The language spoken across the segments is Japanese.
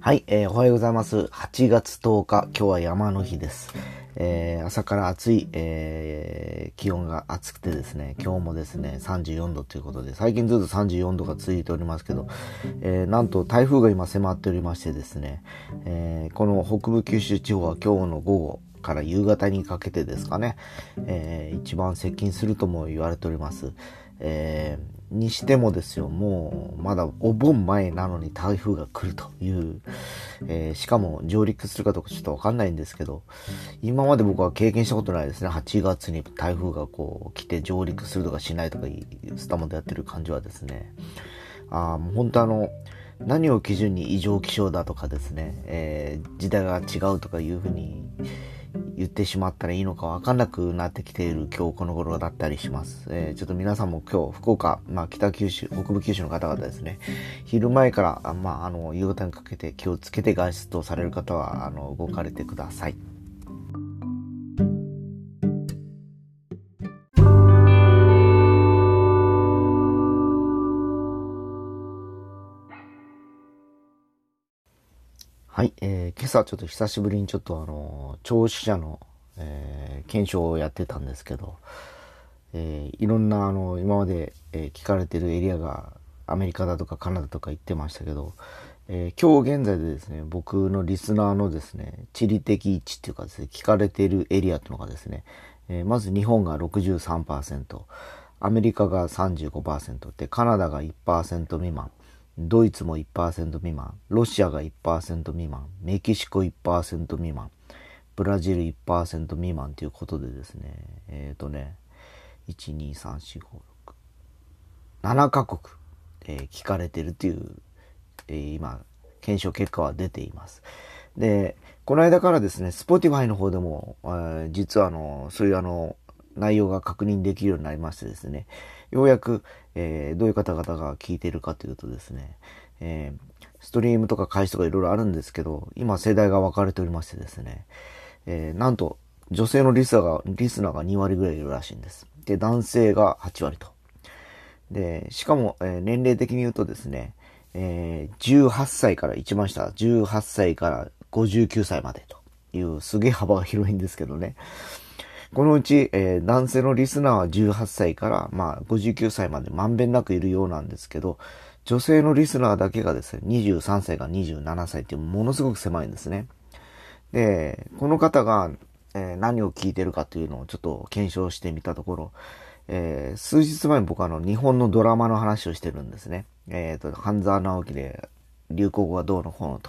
はい、おはようございます。8月10日、今日は山の日です。朝から暑い、気温が暑くてですね、今日もですね、34度ということで、最近ずっと34度が続いておりますけど、なんと台風が今迫っておりましてですね、この北部九州地方は今日の午後から夕方にかけてですかね、一番接近するとも言われております。にしてもですよ、もうまだお盆前なのに台風が来るという、しかも上陸するかどうかちょっとわかんないんですけど、今まで僕は経験したことないですね。8月に台風がこう来て上陸するとかしないとかスタモでやってる感じはですね、もう本当何を基準に異常気象だとかですね、時代が違うとかいうふうに言ってしまったらいいのか分かんなくなってきている今日この頃だったりします。ちょっと皆さんも今日福岡、北九州、北部九州の方々ですね、昼前から、夕方にかけて気をつけて外出をされる方は、動かれてください。はい、今朝ちょっと久しぶりにちょっと聴取者の、検証をやってたんですけど、いろんな今まで、聞かれてるエリアがアメリカだとかカナダとか言ってましたけど、今日現在でですね、僕のリスナーのですね、地理的位置っていうかですね、聞かれているエリアっていうのがですね、まず日本が 63%、アメリカが 35% で、カナダが 1% 未満、ドイツも 1% 未満、ロシアが 1% 未満、メキシコ 1% 未満、ブラジル 1% 未満ということでですね、1、2、3、4、5、6、7カ国、聞かれてるという、今、検証結果は出ています。で、この間からですね、Spotify の方でも、実はそういう内容が確認できるようになりましてですね、ようやく、どういう方々が聞いているかというとですね、ストリームとか開始とかいろいろあるんですけど、今世代が分かれておりましてですね、なんと女性のリスナーが2割ぐらいいるらしいんです。で、男性が8割と。で、しかも、年齢的に言うとですね、18歳から一番下、18歳から59歳までというすげえ幅が広いんですけどね。このうち、男性のリスナーは18歳から、59歳までまんべんなくいるようなんですけど、女性のリスナーだけがですね、23歳から27歳っていうものすごく狭いんですね。で、この方が、何を聞いてるかというのをちょっと検証してみたところ、数日前に僕は日本のドラマの話をしてるんですね。半沢直樹で流行語がどうのこうのと。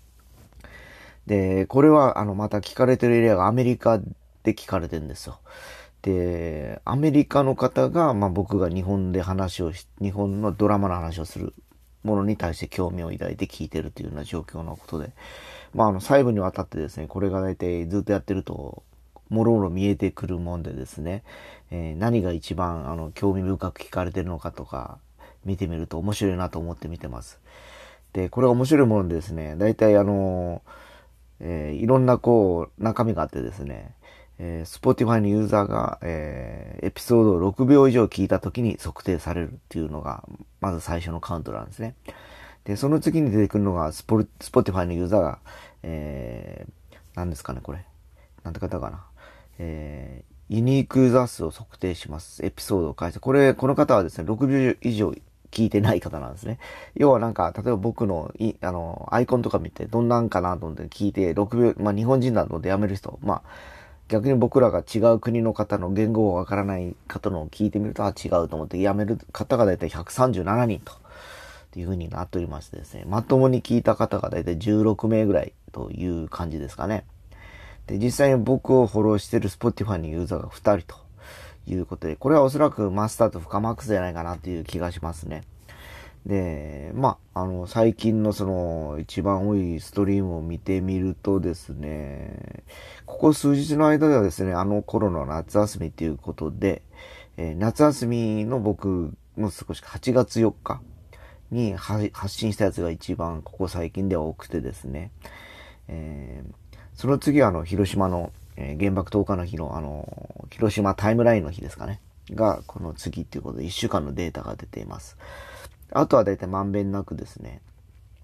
で、これはまた聞かれてるエリアがアメリカで聞かれてるんですよ。で、アメリカの方が、僕が日本のドラマの話をするものに対して興味を抱いて聞いてるというような状況のことで、細部にわたってですね、これが大体ずっとやってると、もろもろ見えてくるもんでですね、何が一番興味深く聞かれてるのかとか見てみると面白いなと思って見てます。で、これが面白いものでですね、大体いろんなこう中身があってですね、Spotify のユーザーが、エピソードを6秒以上聞いた時に測定されるっていうのがまず最初のカウントなんですね。で、その次に出てくるのがSpotify のユーザーが、何ですかねこれ、なんて方かな、ユニークユーザー数を測定します。エピソードを返して。この方はですね、6秒以上聞いてない方なんですね。要はなんか、例えば僕のアイコンとか見て、どんなんかなと思って聞いて、6秒、日本人なのでやめる人、逆に僕らが違う国の方の言語がわからない方のを聞いてみると、違うと思ってやめる方がだいたい137人という風になっておりましてですね、まともに聞いた方がだいたい16名ぐらいという感じですかね。で、実際に僕をフォローしている Spotify のユーザーが2人ということで、これはおそらくマスターとフカマックスじゃないかなという気がしますね。で、最近のその一番多いストリームを見てみるとですね、ここ数日の間ではですね、頃の夏休みということで、夏休みの僕の少し8月4日に発信したやつが一番ここ最近では多くてですね、その次は広島の、原爆投下の日の広島タイムラインの日ですかね。が、この次ということで1週間のデータが出ています。あとはだいたいまんべんなくですね、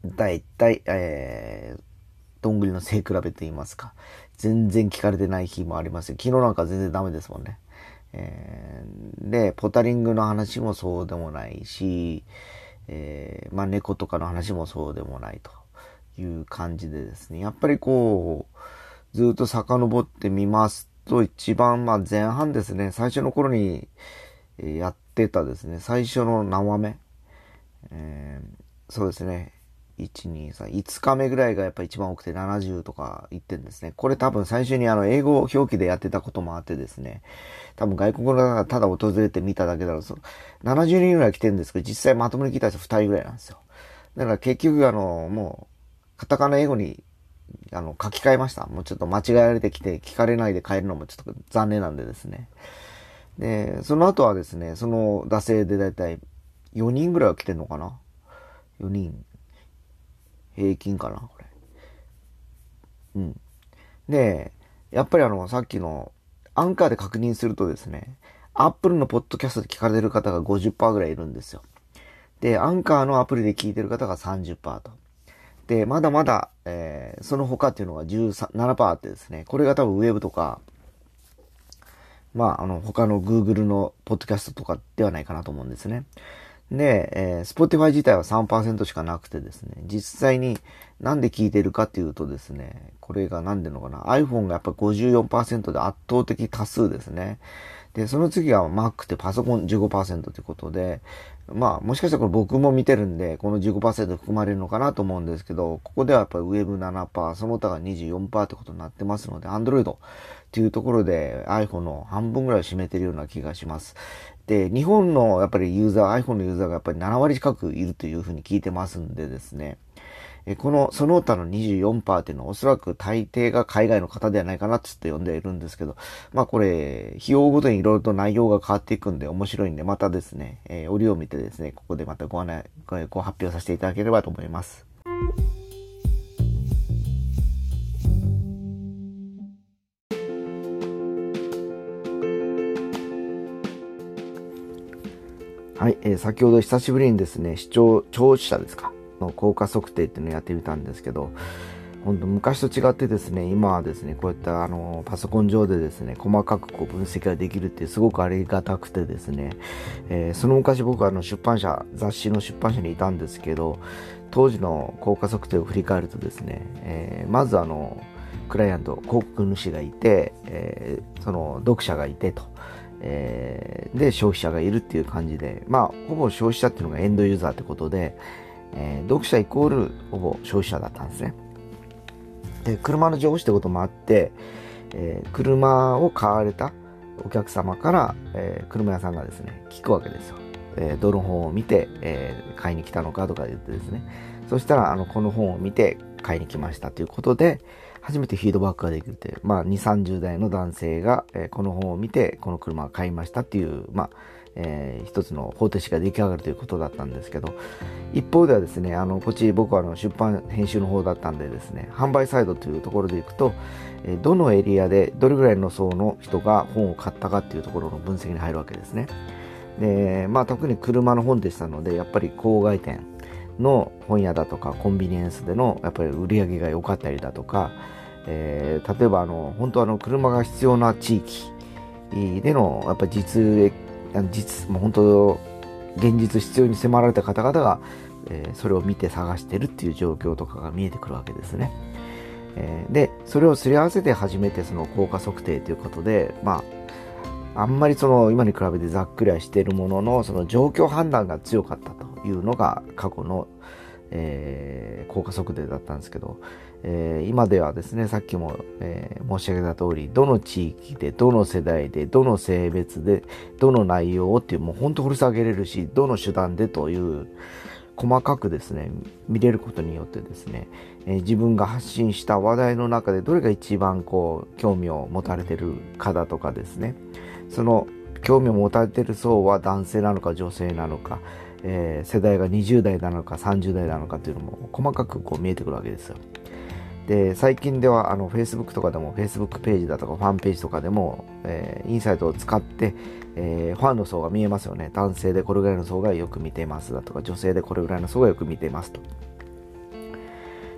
だいたい、どんぐりの背比べと言いますか、全然聞かれてない日もありますよ。昨日なんか全然ダメですもんね。で、ポタリングの話もそうでもないし、まあ猫とかの話もそうでもないという感じでですね、やっぱりこう、ずっと遡ってみますと、一番まあ前半ですね、最初の頃にやってたですね、最初の何話目、そうですね、1、2、3、5日目ぐらいがやっぱ一番多くて70とか言ってるんですね。これ多分最初に英語表記でやってたこともあってですね、多分外国の方がただ訪れてみただけだろうと、70人ぐらい来てるんですけど、実際まともに来た人2人ぐらいなんですよ。だから結局もう、カタカナ英語に書き換えました。もうちょっと間違えられてきて聞かれないで帰るのもちょっと残念なんでですね。で、その後はですね、その惰性でだいたい4人ぐらいは来てんのかな ?4 人。平均かなこれ。うん。で、やっぱりさっきのアンカーで確認するとですね、アップルのポッドキャストで聞かれてる方が 50% ぐらいいるんですよ。で、アンカーのアプリで聞いてる方が 30% と。で、まだまだ、その他っていうのが17% あってですね、これが多分ウェブとか、まあ、他の Google のポッドキャストとかではないかなと思うんですね。で、Spotify 自体は 3% しかなくてですね、実際になんで聞いてるかっていうとですね、これがなんでのかな、iPhone がやっぱ 54% で圧倒的多数ですね。で、その次は Mac ってパソコン 15% ということで、まあ、もしかしたらこれ僕も見てるんで、この 15% 含まれるのかなと思うんですけど、ここではやっぱり Web7%、その他が 24% ってことになってますので、Android っていうところで iPhone の半分ぐらいを占めてるような気がします。で、日本のやっぱりユーザー、iPhone のユーザーがやっぱり7割近くいるというふうに聞いてますんでですね、その他の 24% っていうのはおそらく大抵が海外の方ではないかなって呼んでいるんですけど、まあこれ、費用ごとにいろいろと内容が変わっていくんで面白いんで、またですね、折を見てですね、ここでまたご発表させていただければと思います。はい、先ほど久しぶりにですね、聴取者ですかの効果測定っていうのをやってみたんですけど、本当昔と違ってですね、今はですね、こういったパソコン上でですね、細かくこう分析ができるってすごくありがたくてですね、その昔僕は雑誌の出版社にいたんですけど、当時の効果測定を振り返るとですね、まずクライアント、広告主がいて、その読者がいてと、で消費者がいるっていう感じで、まあほぼ消費者っていうのがエンドユーザーってことで、読者イコールほぼ消費者だったんですね。で、車の情報誌ってこともあって、車を買われたお客様から、車屋さんがですね、聞くわけですよ。どの本を見て、買いに来たのかとか言ってですね。そしたら、この本を見て買いに来ましたということで、初めてフィードバックができるという、まあ、2、30代の男性が、この本を見て、この車を買いましたっていう、まあ、一つの方程式が出来上がるということだったんですけど、一方ではですね、こっち僕は出版編集の方だったんでですね、販売サイドというところでいくと、どのエリアでどれぐらいの層の人が本を買ったかっていうところの分析に入るわけですね。で、まあ特に車の本でしたので、やっぱり郊外店の本屋だとかコンビニエンスでのやっぱり売り上げが良かったりだとか、例えば本当車が必要な地域でのやっぱりもう本当現実必要に迫られた方々が、それを見て探してるっていう状況とかが見えてくるわけですね。でそれをすり合わせて初めてその効果測定ということで、まああんまり今に比べてざっくりはしているものの、その状況判断が強かったというのが過去の、効果測定だったんですけど、今ではですね、さっきも、申し上げた通り、どの地域で、どの世代で、どの性別で、どの内容をっていう、もう本当掘り下げれるし、どの手段でという、細かくですね、見れることによってですね、自分が発信した話題の中でどれが一番興味を持たれてるかだとかですね、その興味を持たれている層は男性なのか女性なのか、世代が20代なのか30代なのかというのも細かく見えてくるわけですよ。で、最近ではFacebook とかでも Facebook ページだとかファンページとかでも、インサイトを使って、ファンの層が見えますよね。男性でこれぐらいの層がよく見ていますだとか、女性でこれぐらいの層がよく見ていますと。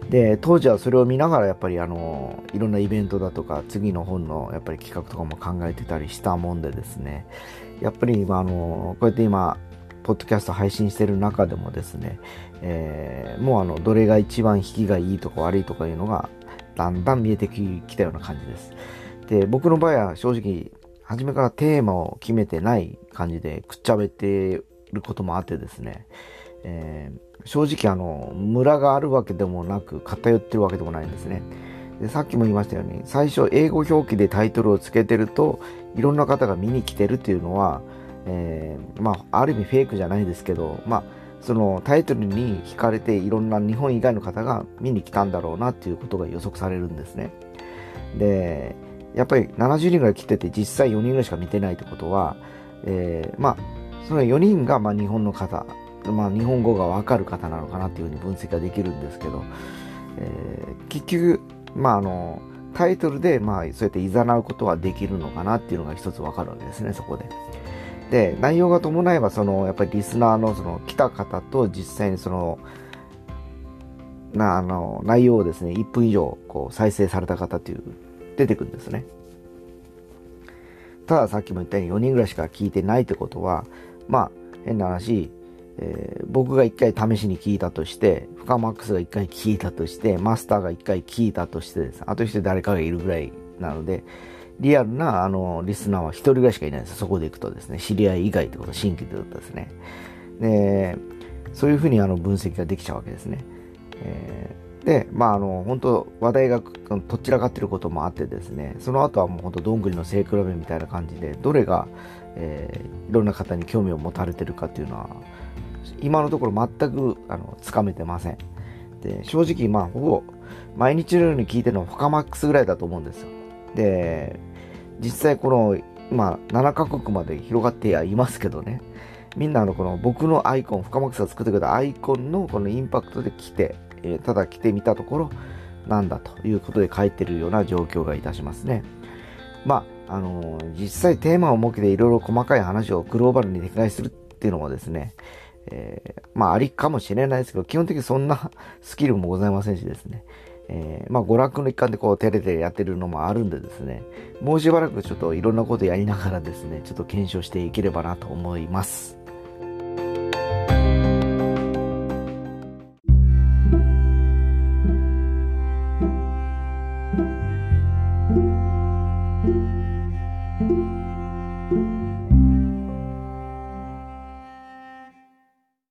で、当時はそれを見ながらやっぱりいろんなイベントだとか、次の本のやっぱり企画とかも考えてたりしたもんでですね、やっぱり今こうやって今、ポッドキャスト配信してる中でもですね、もうどれが一番引きがいいとか悪いとかいうのがだんだん見えてきたような感じです。で、僕の場合は正直、初めからテーマを決めてない感じでくっちゃべってることもあってですね、正直ムラがあるわけでもなく偏ってるわけでもないんですね。で、さっきも言いましたように、最初英語表記でタイトルをつけてるといろんな方が見に来てるっていうのは、ある意味フェイクじゃないですけど、そのタイトルに惹かれていろんな日本以外の方が見に来たんだろうなっていうことが予測されるんですね。で、やっぱり70人ぐらい来てて実際4人ぐらいしか見てないってことは、その4人が日本の方、日本語がわかる方なのかなっていうふうに分析ができるんですけど、結局、タイトルでそうやって誘うことはできるのかなっていうのが一つわかるわけですね、そこで。で、内容が伴えばやっぱりリスナーの来た方と実際に内容をですね、1分以上再生された方っていう出てくるんですね。たださっきも言ったように4人ぐらいしか聞いてないってことは、変な話、僕が1回試しに聞いたとして、フカマックスが1回聞いたとして、マスターが1回聞いたとしてです、あと1人誰かがいるぐらいなので、リアルなリスナーは1人ぐらいしかいないです。そこで行くとですね、知り合い以外ってこと、新規で言ったですね。で、そういうふうに分析ができちゃうわけですね。で、本当話題がとっちらかってることもあってですね、その後はもう本当どんぐりの背比べみたいな感じで、どれが、いろんな方に興味を持たれてるかっていうのは、今のところ全くつかめてません。で、正直ほぼ毎日のように聞いてるのはフカマックスぐらいだと思うんですよ。で、実際この7カ国まで広がってはいますけどね、みんなこの僕のアイコン、フカマックスが作ってくれたアイコンのこのインパクトで来て、ただ来てみたところなんだということで書いてるような状況がいたしますね。実際テーマを設けていろいろ細かい話をグローバルに展開するっていうのもですね、ありかもしれないですけど、基本的にそんなスキルもございませんしですね、娯楽の一環でテレでやってるのもあるんでですね、もうしばらくちょっといろんなことやりながらですね、ちょっと検証していければなと思います。